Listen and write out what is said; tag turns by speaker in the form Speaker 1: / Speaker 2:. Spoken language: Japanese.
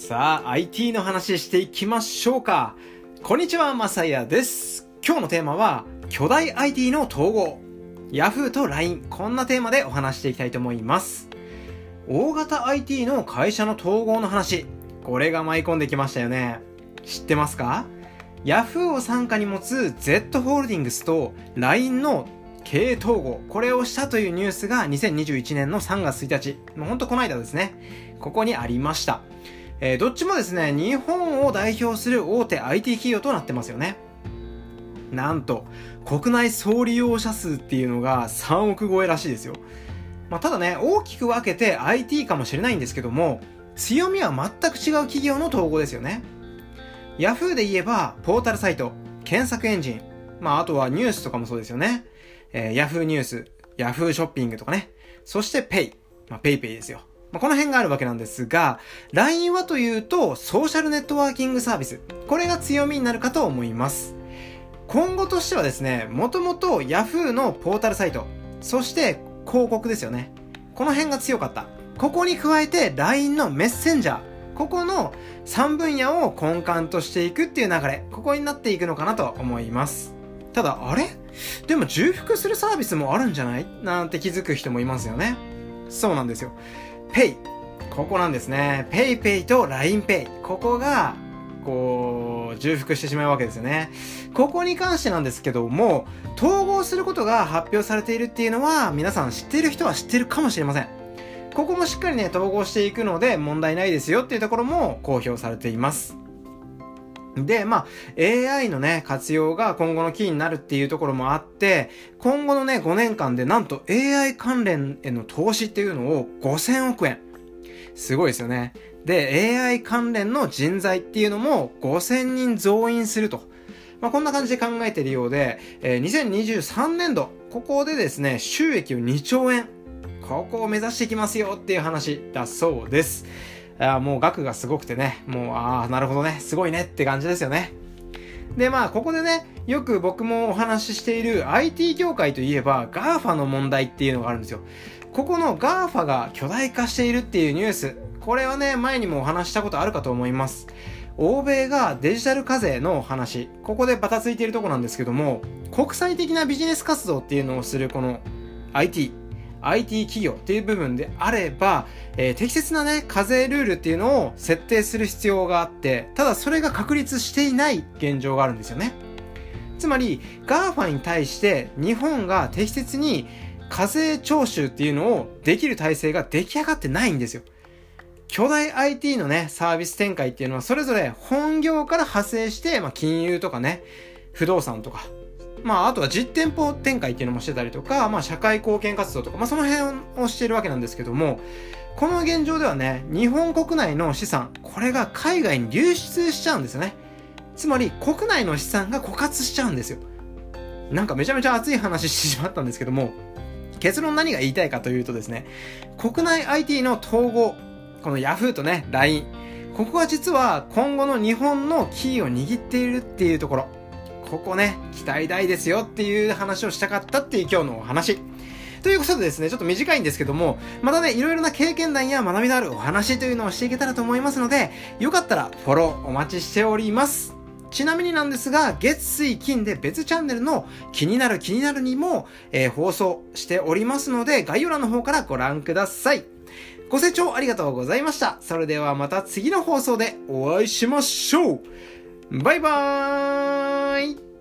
Speaker 1: さあ IT の話していきましょうか。こんにちは、まさやです。今日のテーマは巨大 IT の統合、 Yahoo と LINE、 こんなテーマでお話していきたいと思います。大型 IT の会社の統合の話、これが舞い込んできましたよね。知ってますか？ Yahoo を傘下に持つ Z ホールディングスと LINE の経営統合、これをしたというニュースが2021年の3月1日、もうほんとこの間ですね、ここにありました。どっちもですね、日本を代表する大手 IT 企業となってますよね。なんと国内総利用者数っていうのが3億超えらしいですよ。ただね、大きく分けて IT かもしれないんですけども、強みは全く違う企業の統合ですよね。 Yahoo で言えばポータルサイト、検索エンジン、あとはニュースとかもそうですよね。Yahoo ニュース、Yahoo ショッピングとかね、そして Pay、PayPay ですよ。この辺があるわけなんですが、 LINE はというとソーシャルネットワーキングサービス、これが強みになるかと思います。今後としてはですね、もともと Yahoo のポータルサイト、そして広告ですよね、この辺が強かった。ここに加えて LINE のメッセンジャー、ここの3分野を根幹としていくっていう流れ、ここになっていくのかなと思います。ただあれでも重複するサービスもあるんじゃないなんて気づく人もいますよね。そうなんですよ。Pay、ここなんですね。PayPay と LINEPay、ここが重複してしまうわけですよね。ここに関してなんですけども、統合することが発表されているっていうのは皆さん知っている人は知っているかもしれません。ここもしっかりね、統合していくので問題ないですよっていうところも公表されています。で、AI のね、活用が今後のキーになるっていうところもあって、今後のね、5年間でなんと AI 関連への投資っていうのを5000億円。すごいですよね。で、AI 関連の人材っていうのも5000人増員すると。こんな感じで考えているようで、2023年度、ここでですね、収益を2兆円。ここを目指していきますよっていう話だそうです。もう額がすごくてね、もうなるほどね、すごいねって感じですよね。でここでね、よく僕もお話ししている IT 業界といえば GAFA の問題っていうのがあるんですよ。ここの GAFA が巨大化しているっていうニュース、これはね、前にもお話したことあるかと思います。欧米がデジタル課税の話、ここでバタついているところなんですけども、国際的なビジネス活動っていうのをするこの IT 企業っていう部分であれば、適切なね、課税ルールっていうのを設定する必要があって、ただそれが確立していない現状があるんですよね。つまり GAFA に対して日本が適切に課税徴収っていうのをできる体制が出来上がってないんですよ。巨大 IT のね、サービス展開っていうのはそれぞれ本業から派生して、金融とかね、不動産とか、あとは実店舗展開っていうのもしてたりとか、社会貢献活動とか、その辺をしているわけなんですけども、この現状ではね、日本国内の資産、これが海外に流出しちゃうんですよね。つまり国内の資産が枯渇しちゃうんですよ。なんかめちゃめちゃ熱い話してしまったんですけども、結論何が言いたいかというとですね、国内 IT の統合、この Yahoo とね、LINE、ここが実は今後の日本のキーを握っているっていうところ、ここね、期待大ですよっていう話をしたかったっていう今日のお話。ということでですね、ちょっと短いんですけども、またね、いろいろな経験談や学びのあるお話というのをしていけたらと思いますので、よかったらフォローお待ちしております。ちなみになんですが、月水金で別チャンネルの気になるにも、放送しておりますので、概要欄の方からご覧ください。ご清聴ありがとうございました。それではまた次の放送でお会いしましょう。バイバーイ。